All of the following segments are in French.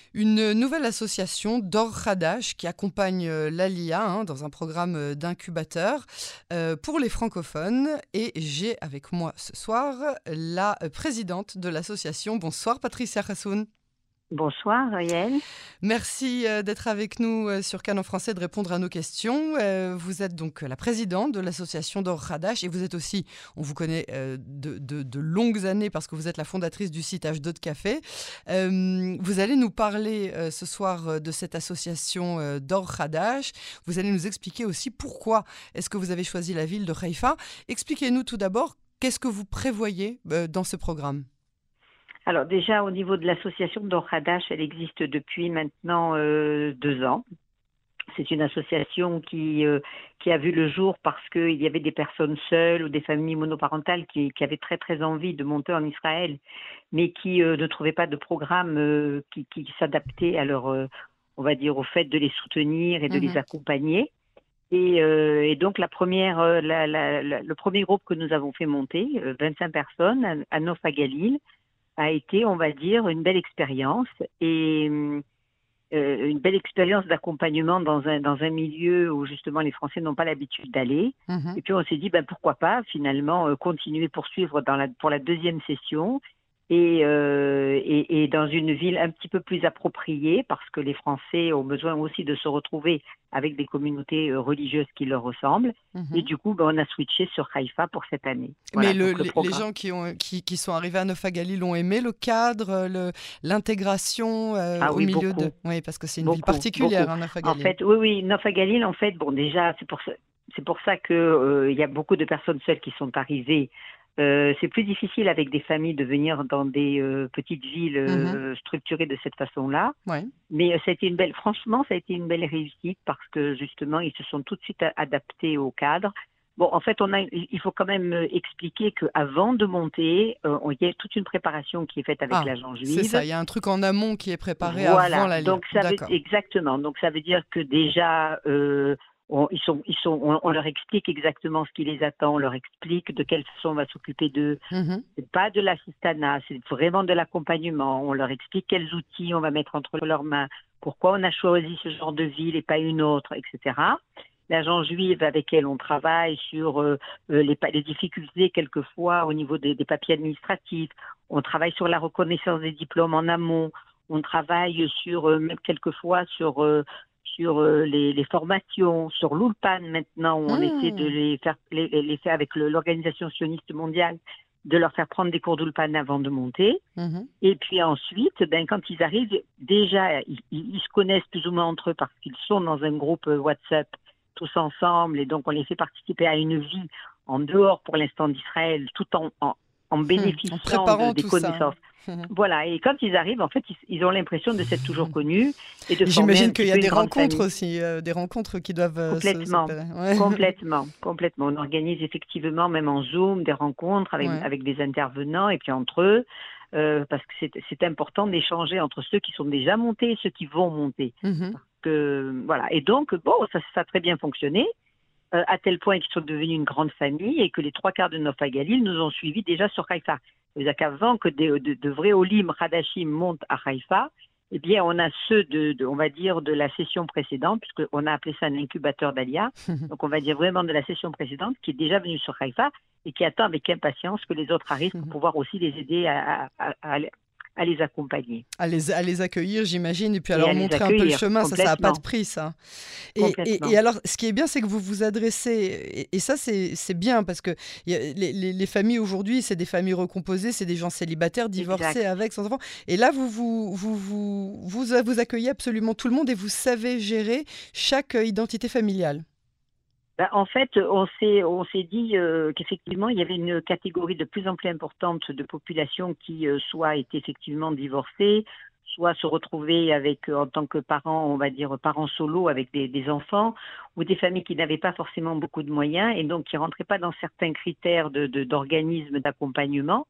Une nouvelle association d'Or Hadash qui accompagne l'ALIA dans un programme d'incubateur pour les francophones. Et j'ai avec moi ce soir la présidente de l'association. Bonsoir Patricia Khassoun. Bonsoir Yael. Merci d'être avec nous sur Canon Français, de répondre à nos questions. Vous êtes donc la présidente de l'association d'Or Hadash et vous êtes aussi, on vous connaît de longues années parce que vous êtes la fondatrice du site H2 de Café. Vous allez nous parler ce soir de cette association d'Or Hadash. Vous allez nous expliquer aussi pourquoi est-ce que vous avez choisi la ville de Haïfa. Expliquez-nous tout d'abord, qu'est-ce que vous prévoyez dans ce programme ? Alors déjà au niveau de l'association d'Or Hadash, elle existe depuis maintenant 2 ans. C'est une association qui a vu le jour parce qu'il y avait des personnes seules ou des familles monoparentales qui avaient très très envie de monter en Israël, mais qui ne trouvaient pas de programme qui s'adaptait à leur, on va dire, au fait de les soutenir et de les accompagner. Et donc le premier groupe que nous avons fait monter, 25 personnes à Nof Galil, a été, on va dire, une belle expérience et une belle expérience d'accompagnement dans un milieu où justement les Français n'ont pas l'habitude d'aller. Et puis on s'est dit, pourquoi pas finalement continuer, poursuivre pour la deuxième session et dans une ville un petit peu plus appropriée parce que les Français ont besoin aussi de se retrouver avec des communautés religieuses qui leur ressemblent. Et du coup, on a switché sur Haïfa pour cette année. Voilà, mais les gens qui sont arrivés à Nof Galil ont aimé le cadre, l'intégration au milieu de... Oui, parce que c'est une ville particulière, Nof Galil. En fait, oui, Nof Galil, en fait, déjà, c'est pour ça qu'il y a beaucoup de personnes seules qui sont arrivées. C'est plus difficile avec des familles de venir dans des petites villes structurées de cette façon-là. Ouais. Mais franchement, ça a été une belle réussite parce que justement, ils se sont tout de suite adaptés au cadre. Bon, en fait, il faut quand même expliquer qu'avant de monter, il y a toute une préparation qui est faite avec l'agent juive. C'est ça, il y a un truc en amont qui est préparé avant la donc exactement. Donc ça veut dire que déjà... on leur explique exactement ce qui les attend, on leur explique de quelle façon on va s'occuper d'eux. C'est pas de l'assistanat, c'est vraiment de l'accompagnement. On leur explique quels outils on va mettre entre leurs mains, pourquoi on a choisi ce genre de ville et pas une autre, etc. L'agent juive avec elle, on travaille sur les difficultés quelquefois au niveau des papiers administratifs. On travaille sur la reconnaissance des diplômes en amont. On travaille même quelquefois sur les formations, sur l'Ulpan maintenant, où on essaie de les faire avec l'Organisation sioniste mondiale, de leur faire prendre des cours d'Ulpan avant de monter. Et puis ensuite, quand ils arrivent, déjà, ils se connaissent plus ou moins entre eux parce qu'ils sont dans un groupe WhatsApp tous ensemble, et donc on les fait participer à une vie en dehors pour l'instant d'Israël, tout en bénéficiant des connaissances. Voilà, et quand ils arrivent, en fait, ils ont l'impression de s'être toujours connus. J'imagine qu'il y a des rencontres aussi, des rencontres qui doivent Complètement. On organise effectivement, même en Zoom, des rencontres avec des intervenants et puis entre eux, parce que c'est important d'échanger entre ceux qui sont déjà montés et ceux qui vont monter. Voilà. Et donc, ça a très bien fonctionné. À tel point qu'ils sont devenus une grande famille et que les 3/4 de Nof Galil nous ont suivis déjà sur Haïfa. C'est-à-dire qu'avant que de vrais Olim Hadashim montent à Haïfa, eh bien, on a ceux on va dire, de la session précédente, puisqu'on a appelé ça un incubateur d'Alia. Donc, on va dire vraiment de la session précédente, qui est déjà venu sur Haïfa et qui attend avec impatience que les autres arrivent pour pouvoir aussi les aider à les accompagner. À les accueillir, j'imagine, et puis à leur montrer un peu le chemin, ça n'a pas de prix, ça. Et alors, ce qui est bien, c'est que vous vous adressez, et ça, c'est bien, parce que les familles aujourd'hui, c'est des familles recomposées, c'est des gens célibataires, divorcés, avec, sans enfants. Et là, vous accueillez absolument tout le monde et vous savez gérer chaque identité familiale. En fait, on s'est dit qu'effectivement, il y avait une catégorie de plus en plus importante de population qui soit était effectivement divorcée, soit se retrouver avec, en tant que parents, on va dire parents solo avec des enfants, ou des familles qui n'avaient pas forcément beaucoup de moyens et donc qui ne rentraient pas dans certains critères d'organismes d'accompagnement.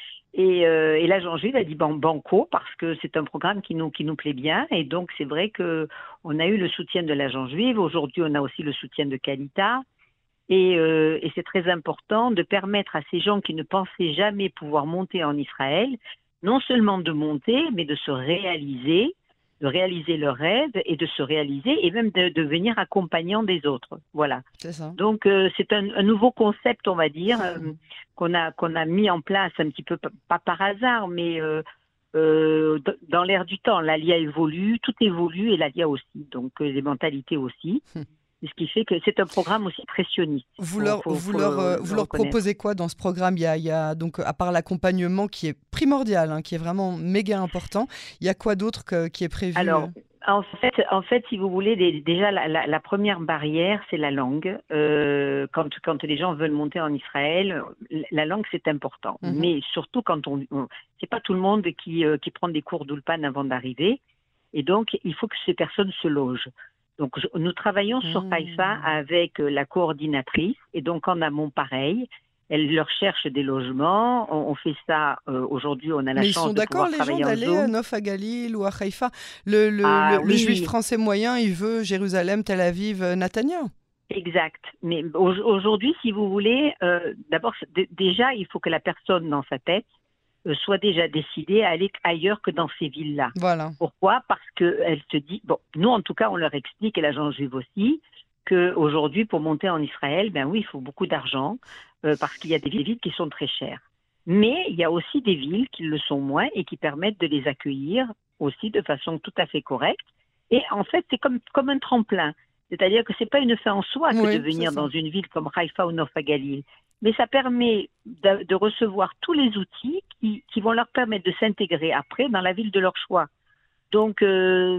Et l'agent juive a dit banco parce que c'est un programme qui nous plaît bien, et donc c'est vrai que on a eu le soutien de l'agent juive. Aujourd'hui, on a aussi le soutien de Kalita, et c'est très important de permettre à ces gens qui ne pensaient jamais pouvoir monter en Israël, non seulement de monter, mais de se réaliser de réaliser leurs rêves et de se réaliser et même de devenir accompagnant des autres. Voilà. C'est ça. Donc c'est un nouveau concept, on va dire, qu'on a mis en place un petit peu pas par hasard, mais dans l'air du temps. L'ALIA évolue, tout évolue et l'ALIA aussi, donc les mentalités aussi. Ce qui fait que c'est un programme aussi très sioniste. Vous leur proposez quoi dans ce programme? Il y a donc, à part l'accompagnement qui est primordial, hein, qui est vraiment méga important, il y a quoi d'autre qui est prévu? Alors, en fait, si vous voulez, déjà la première barrière, c'est la langue. Quand les gens veulent monter en Israël, la langue c'est important. Mais surtout quand c'est pas tout le monde qui prend des cours d'Ulpan avant d'arriver, et donc il faut que ces personnes se logent. Donc, nous travaillons sur Haïfa avec la coordinatrice, et donc en amont, pareil, elle leur cherche des logements. On fait ça, aujourd'hui, on a la chance de pouvoir travailler en Zoom. Mais ils sont d'accord, les gens, d'aller à Nof à Galil ou à Haïfa? Le juif français moyen, il veut Jérusalem, Tel Aviv, Netanya. Exact. Mais aujourd'hui, si vous voulez, d'abord, déjà, il faut que la personne dans sa tête soit déjà décidée à aller ailleurs que dans ces villes-là. Voilà. Pourquoi? Parce qu'elle se dit, bon, nous en tout cas, on leur explique, et l'agence juive aussi, qu'aujourd'hui, pour monter en Israël, ben oui, il faut beaucoup d'argent, parce qu'il y a des villes qui sont très chères. Mais il y a aussi des villes qui le sont moins et qui permettent de les accueillir aussi de façon tout à fait correcte. Et en fait, c'est comme un tremplin. C'est-à-dire que c'est pas une fin en soi que de venir dans une ville comme Haïfa ou Nof Galil. Mais ça permet de recevoir tous les outils qui vont leur permettre de s'intégrer après dans la ville de leur choix. Donc, on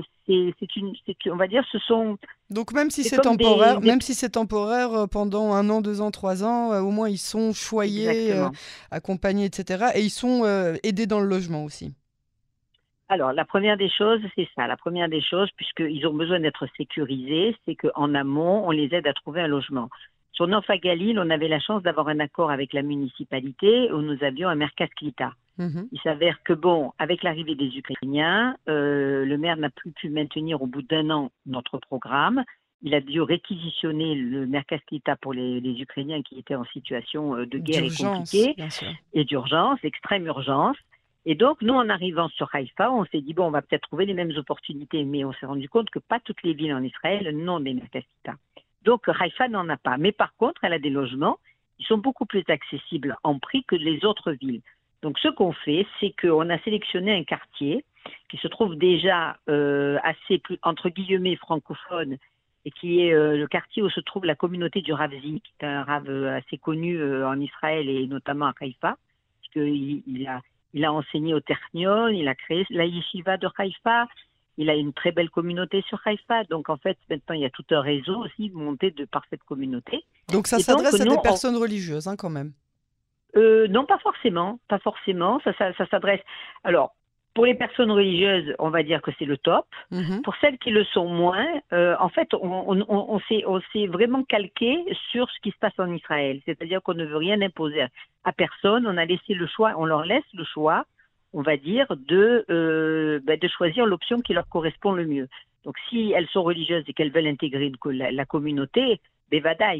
va dire, ce sont... Donc même si c'est temporaire, même si c'est temporaire pendant 1 an, 2 ans, 3 ans, au moins ils sont choyés, accompagnés, etc. Et ils sont aidés dans le logement aussi. Alors, la première des choses, c'est ça. La première des choses, puisqu'ils ont besoin d'être sécurisés, c'est qu'en amont, on les aide à trouver un logement. Sur Nof Galil, on avait la chance d'avoir un accord avec la municipalité où nous avions un Merkaz Klita. Il s'avère que, bon, avec l'arrivée des Ukrainiens, le maire n'a plus pu maintenir au bout d'1 an notre programme. Il a dû réquisitionner le Merkaz Klita pour les Ukrainiens qui étaient en situation de guerre et compliquée, et d'urgence, extrême urgence. Et donc, nous, en arrivant sur Haïfa, on s'est dit, bon, on va peut-être trouver les mêmes opportunités, mais on s'est rendu compte que pas toutes les villes en Israël n'ont des Merkaz Klita. Donc, Haïfa n'en a pas. Mais par contre, elle a des logements qui sont beaucoup plus accessibles en prix que les autres villes. Donc, ce qu'on fait, c'est qu'on a sélectionné un quartier qui se trouve déjà assez, entre guillemets, francophone, et qui est le quartier où se trouve la communauté du Rav Zi, qui est un Rav assez connu en Israël et notamment à Haïfa, puisqu'il a enseigné au Ternion, il a créé la yeshiva de Haïfa. Il a une très belle communauté sur Haïfa. Donc, en fait, maintenant, il y a tout un réseau aussi monté par cette communauté. Donc, ça s'adresse à des personnes religieuses, hein, quand même? Non, pas forcément. Pas forcément. Ça s'adresse... Alors, pour les personnes religieuses, on va dire que c'est le top. Pour celles qui le sont moins, en fait, on s'est vraiment calqué sur ce qui se passe en Israël. C'est-à-dire qu'on ne veut rien imposer à personne. On a laissé le choix, on leur laisse le choix, on va dire, de choisir l'option qui leur correspond le mieux. Donc, si elles sont religieuses et qu'elles veulent intégrer la communauté, Bevadaï,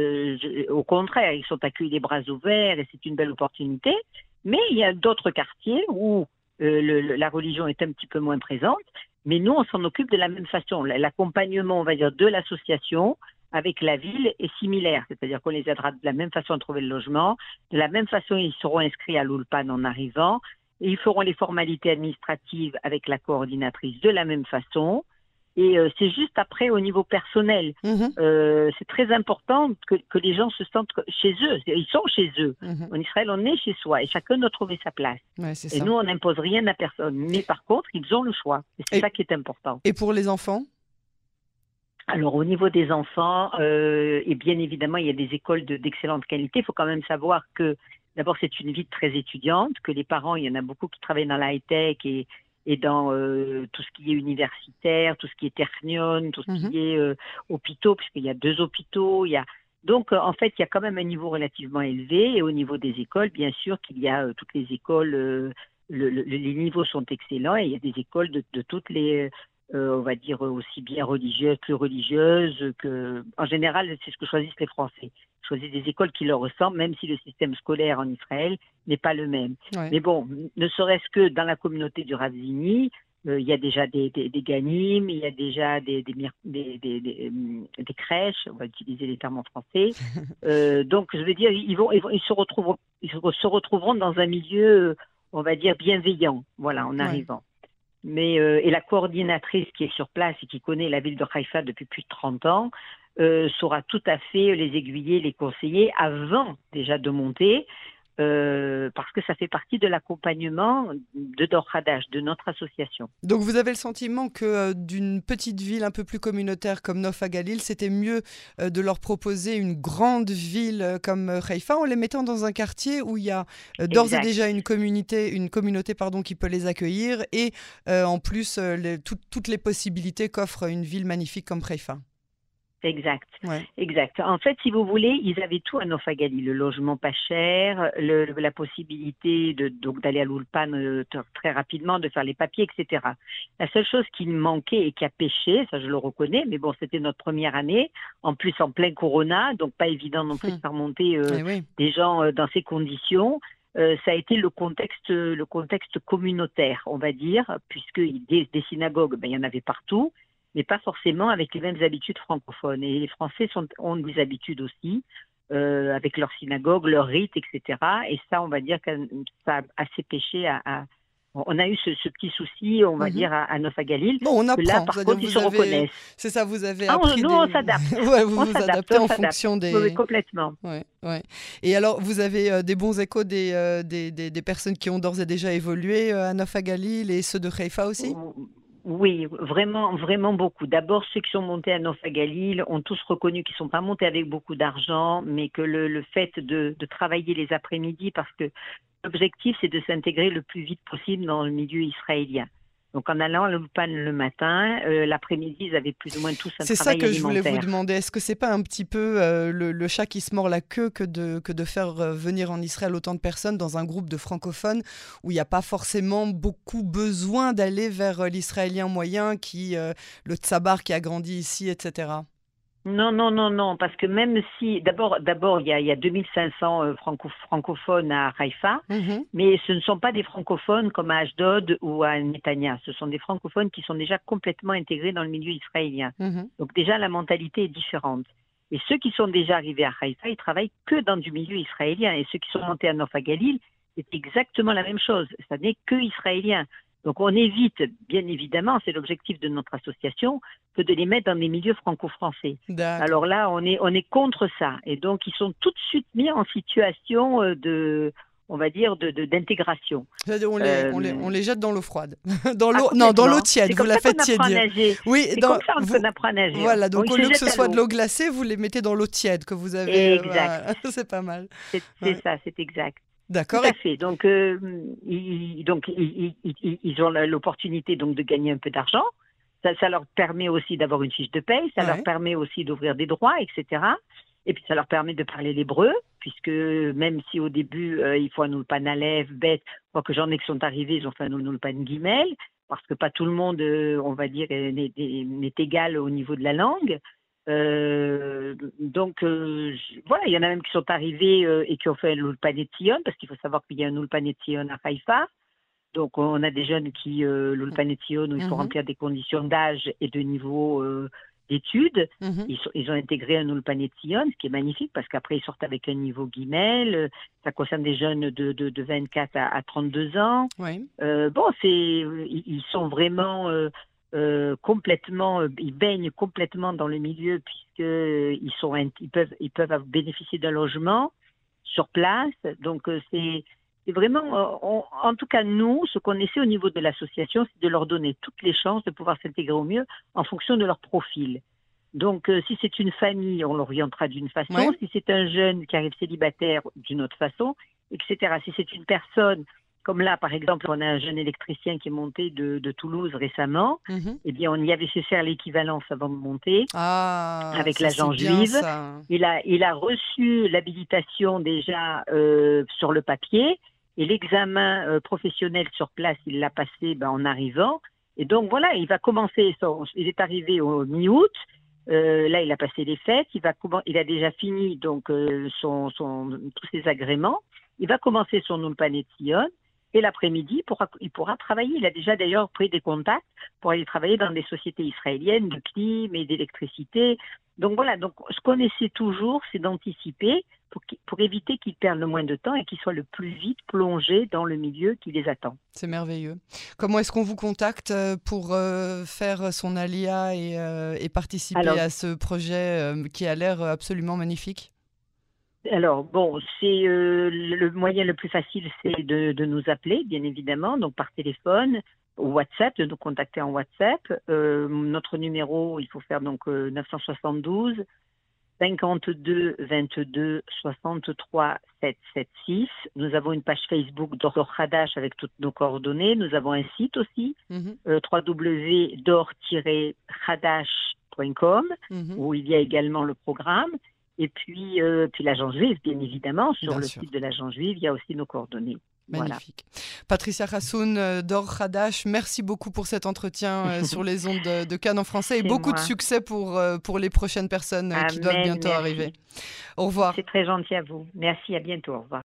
au contraire, ils sont accueillis les bras ouverts et c'est une belle opportunité. Mais il y a d'autres quartiers où la religion est un petit peu moins présente, mais nous, on s'en occupe de la même façon. L'accompagnement, on va dire, de l'association avec la ville est similaire, c'est-à-dire qu'on les aidera de la même façon à trouver le logement, de la même façon, ils seront inscrits à l'Ulpan en arrivant, et ils feront les formalités administratives avec la coordinatrice de la même façon. Et c'est juste après au niveau personnel. C'est très important que les gens se sentent chez eux. Ils sont chez eux. En Israël, on est chez soi et chacun doit trouver sa place. Ouais, et nous, on n'impose rien à personne. Mais par contre, ils ont le choix. Et c'est ça qui est important. Et pour les enfants? Alors, au niveau des enfants, et bien évidemment, il y a des écoles d'excellente qualité. Il faut quand même savoir que, d'abord, c'est une ville très étudiante, que les parents, il y en a beaucoup qui travaillent dans la high-tech et dans tout ce qui est universitaire, tout ce qui est Ternion, tout ce qui est hôpitaux, puisqu'il y a 2 hôpitaux. Donc, en fait, il y a quand même un niveau relativement élevé. Et au niveau des écoles, bien sûr qu'il y a toutes les écoles, les niveaux sont excellents. Et il y a des écoles de toutes les... on va dire aussi bien religieuses, plus religieuses, que en général, c'est ce que choisissent les Français. Ils choisissent des écoles qui leur ressemblent, même si le système scolaire en Israël n'est pas le même. Ouais. Mais bon, ne serait-ce que dans la communauté du Rav Zini, Il y a déjà des ganimes, il y a déjà des crèches, on va utiliser les termes en français. Donc, je veux dire, ils se retrouveront dans un milieu, on va dire, bienveillant, voilà, en Ouais. arrivant. Mais, et la coordinatrice qui est sur place et qui connaît la ville de Haïfa depuis plus de 30 ans, saura tout à fait les aiguiller, les conseiller avant déjà de monter, parce que ça fait partie de l'accompagnement de Dor Hadash, de notre association. Donc vous avez le sentiment que d'une petite ville un peu plus communautaire comme Nof Galil, c'était mieux de leur proposer une grande ville comme Haïfa en les mettant dans un quartier où il y a d'ores et Exact. déjà une communauté pardon, qui peut les accueillir et en plus toutes les possibilités qu'offre une ville magnifique comme Haïfa. Exact, Ouais. exact. En fait, si vous voulez, ils avaient tout à Nofagali, le logement pas cher, la possibilité donc d'aller à l'Ulpan très rapidement, de faire les papiers, etc. La seule chose qui manquait et qui a pêché, ça je le reconnais, mais bon, c'était notre première année, en plus en plein Corona, donc pas évident non plus de faire monter Eh oui. des gens dans ces conditions. Ça a été le contexte communautaire, on va dire, puisque des synagogues, ben, il y en avait partout, mais pas forcément avec les mêmes habitudes francophones. Et les Français ont des habitudes aussi, avec leurs synagogues, leurs rites, etc. Et ça, on va dire que ça a assez pêché on a eu ce petit souci, on va Mhm. dire, à Nof Galil, Bon, on que là, apprend, par c'est-à-dire contre, ils se reconnaissent. c'est ça, vous avez Ah, appris nous, on s'adapte. ouais, vous On vous s'adapte, adaptez on en s'adapte. fonction Oui, oui, des. complètement. Ouais, ouais. Et alors, vous avez des bons échos des personnes qui ont d'ores et déjà évolué à Nof Galil et ceux de Haïfa aussi? Oui, vraiment, vraiment beaucoup. D'abord, ceux qui sont montés à Nof Galil ont tous reconnu qu'ils ne sont pas montés avec beaucoup d'argent, mais que le fait de travailler les après-midi, parce que l'objectif, c'est de s'intégrer le plus vite possible dans le milieu israélien. Donc, en allant à l'Ulpan le matin, l'après-midi, ils avaient plus ou moins tous un C'est ça travail que je voulais vous alimentaire. demander. Est-ce que c'est pas un petit peu le chat qui se mord la queue que de faire venir en Israël autant de personnes dans un groupe de francophones où il n'y a pas forcément beaucoup besoin d'aller vers l'israélien moyen le tsabar qui a grandi ici, etc. Non, non, non, non, parce que même si, d'abord, il y a 2500 francophones à Haïfa, Mhm, mais ce ne sont pas des francophones comme à Ashdod ou à Netanya. Ce sont des francophones qui sont déjà complètement intégrés dans le milieu israélien. mhm. Donc déjà, la mentalité est différente. Et ceux qui sont déjà arrivés à Haïfa, ils travaillent que dans du milieu israélien. Et ceux qui sont montés à North Galil, c'est exactement la même chose. Ça n'est que israélien. Donc on évite, bien évidemment, c'est l'objectif de notre association, que de les mettre dans les milieux franco-français. D'accord. Alors là, on est contre ça. Et donc, ils sont tout de suite mis en situation on va dire, d'intégration. C'est-à-dire on les jette dans l'eau froide. Ah, Non, dans l'eau complètement. tiède, C'est vous comme la ça faites qu'on apprend à tiédir. nager. Oui, C'est comme ça qu'on apprend à nager. voilà, On donc au se lieu que jette ce à soit de l'eau. l'eau glacée, vous les mettez dans l'eau tiède que vous avez. Exact. Voilà. C'est pas mal. C'est Ouais. ça, c'est exact. Tout D'accord. à fait. Donc, ils ont l'opportunité donc de gagner un peu d'argent. Ça leur permet aussi d'avoir une fiche de paye. Ça leur Ouais. permet aussi d'ouvrir des droits, etc. Et puis, ça leur permet de parler l'hébreu, puisque même si au début, il faut un Ulpan Aleph, Bet, quoique j'en ai qui sont arrivés, ils ont fait un Ulpan Gimel, parce que pas tout le monde, on va dire, n'est égal au niveau de la langue. Voilà, il y en a même qui sont arrivés et qui ont fait l'Ulpan Etzion, parce qu'il faut savoir qu'il y a un Ulpan Etzion à Haïfa. Donc, on a des jeunes qui, l'Ulpan Etzion, où il faut Mhm, remplir des conditions d'âge et de niveau d'études. mhm. Ils ont intégré un Ulpan Etzion, ce qui est magnifique, parce qu'après, ils sortent avec un niveau Guimel. Ça concerne des jeunes de 24 à 32 ans. Oui. Ils sont vraiment complètement, ils baignent complètement dans le milieu ils peuvent bénéficier d'un logement sur place. Donc c'est vraiment, en tout cas nous, ce qu'on essaie au niveau de l'association, c'est de leur donner toutes les chances de pouvoir s'intégrer au mieux en fonction de leur profil. Donc, si c'est une famille, on l'orientera d'une façon. Ouais. Si c'est un jeune qui arrive célibataire, d'une autre façon, etc. Si c'est une personne, comme là, par exemple, on a un jeune électricien qui est monté de Toulouse récemment, Mhm. eh bien, on y avait fait faire l'équivalence avant de monter Ah, avec ça c'est l'agent bien juive. ça. Il a reçu l'habilitation déjà sur le papier et l'examen professionnel sur place, il l'a passé en arrivant. Et donc voilà, il va commencer, il est arrivé au mi-août. Là, il a passé les fêtes. Il a déjà fini donc tous ses agréments. Il va commencer son Ulpan Etzion. Et l'après-midi, il pourra travailler. Il a déjà d'ailleurs pris des contacts pour aller travailler dans des sociétés israéliennes de clim et d'électricité. Donc voilà, donc ce qu'on essaie toujours, c'est d'anticiper pour éviter qu'ils perdent le moins de temps et qu'ils soient le plus vite plongés dans le milieu qui les attend. C'est merveilleux. Comment est-ce qu'on vous contacte pour faire son alia et participer à ce projet qui a l'air absolument magnifique? Alors, bon, c'est le moyen le plus facile, c'est de nous appeler, bien évidemment, donc par téléphone ou WhatsApp, de nous contacter en WhatsApp. Notre numéro, il faut faire donc 972 52 22 63 776. Nous avons une page Facebook d'Or Hadash avec toutes nos coordonnées. Nous avons un site aussi, www.dor-hadash.com, où il y a également le programme. Et puis l'Agence juive, bien évidemment. Sur le site de l'Agence juive, il y a aussi nos coordonnées. Magnifique. Voilà. Patricia Hassoun d'Or Hadash, merci beaucoup pour cet entretien sur les ondes de Cannes en français et beaucoup de succès pour les prochaines personnes qui doivent bientôt arriver. Au revoir. C'est très gentil à vous. Merci, à bientôt. Au revoir.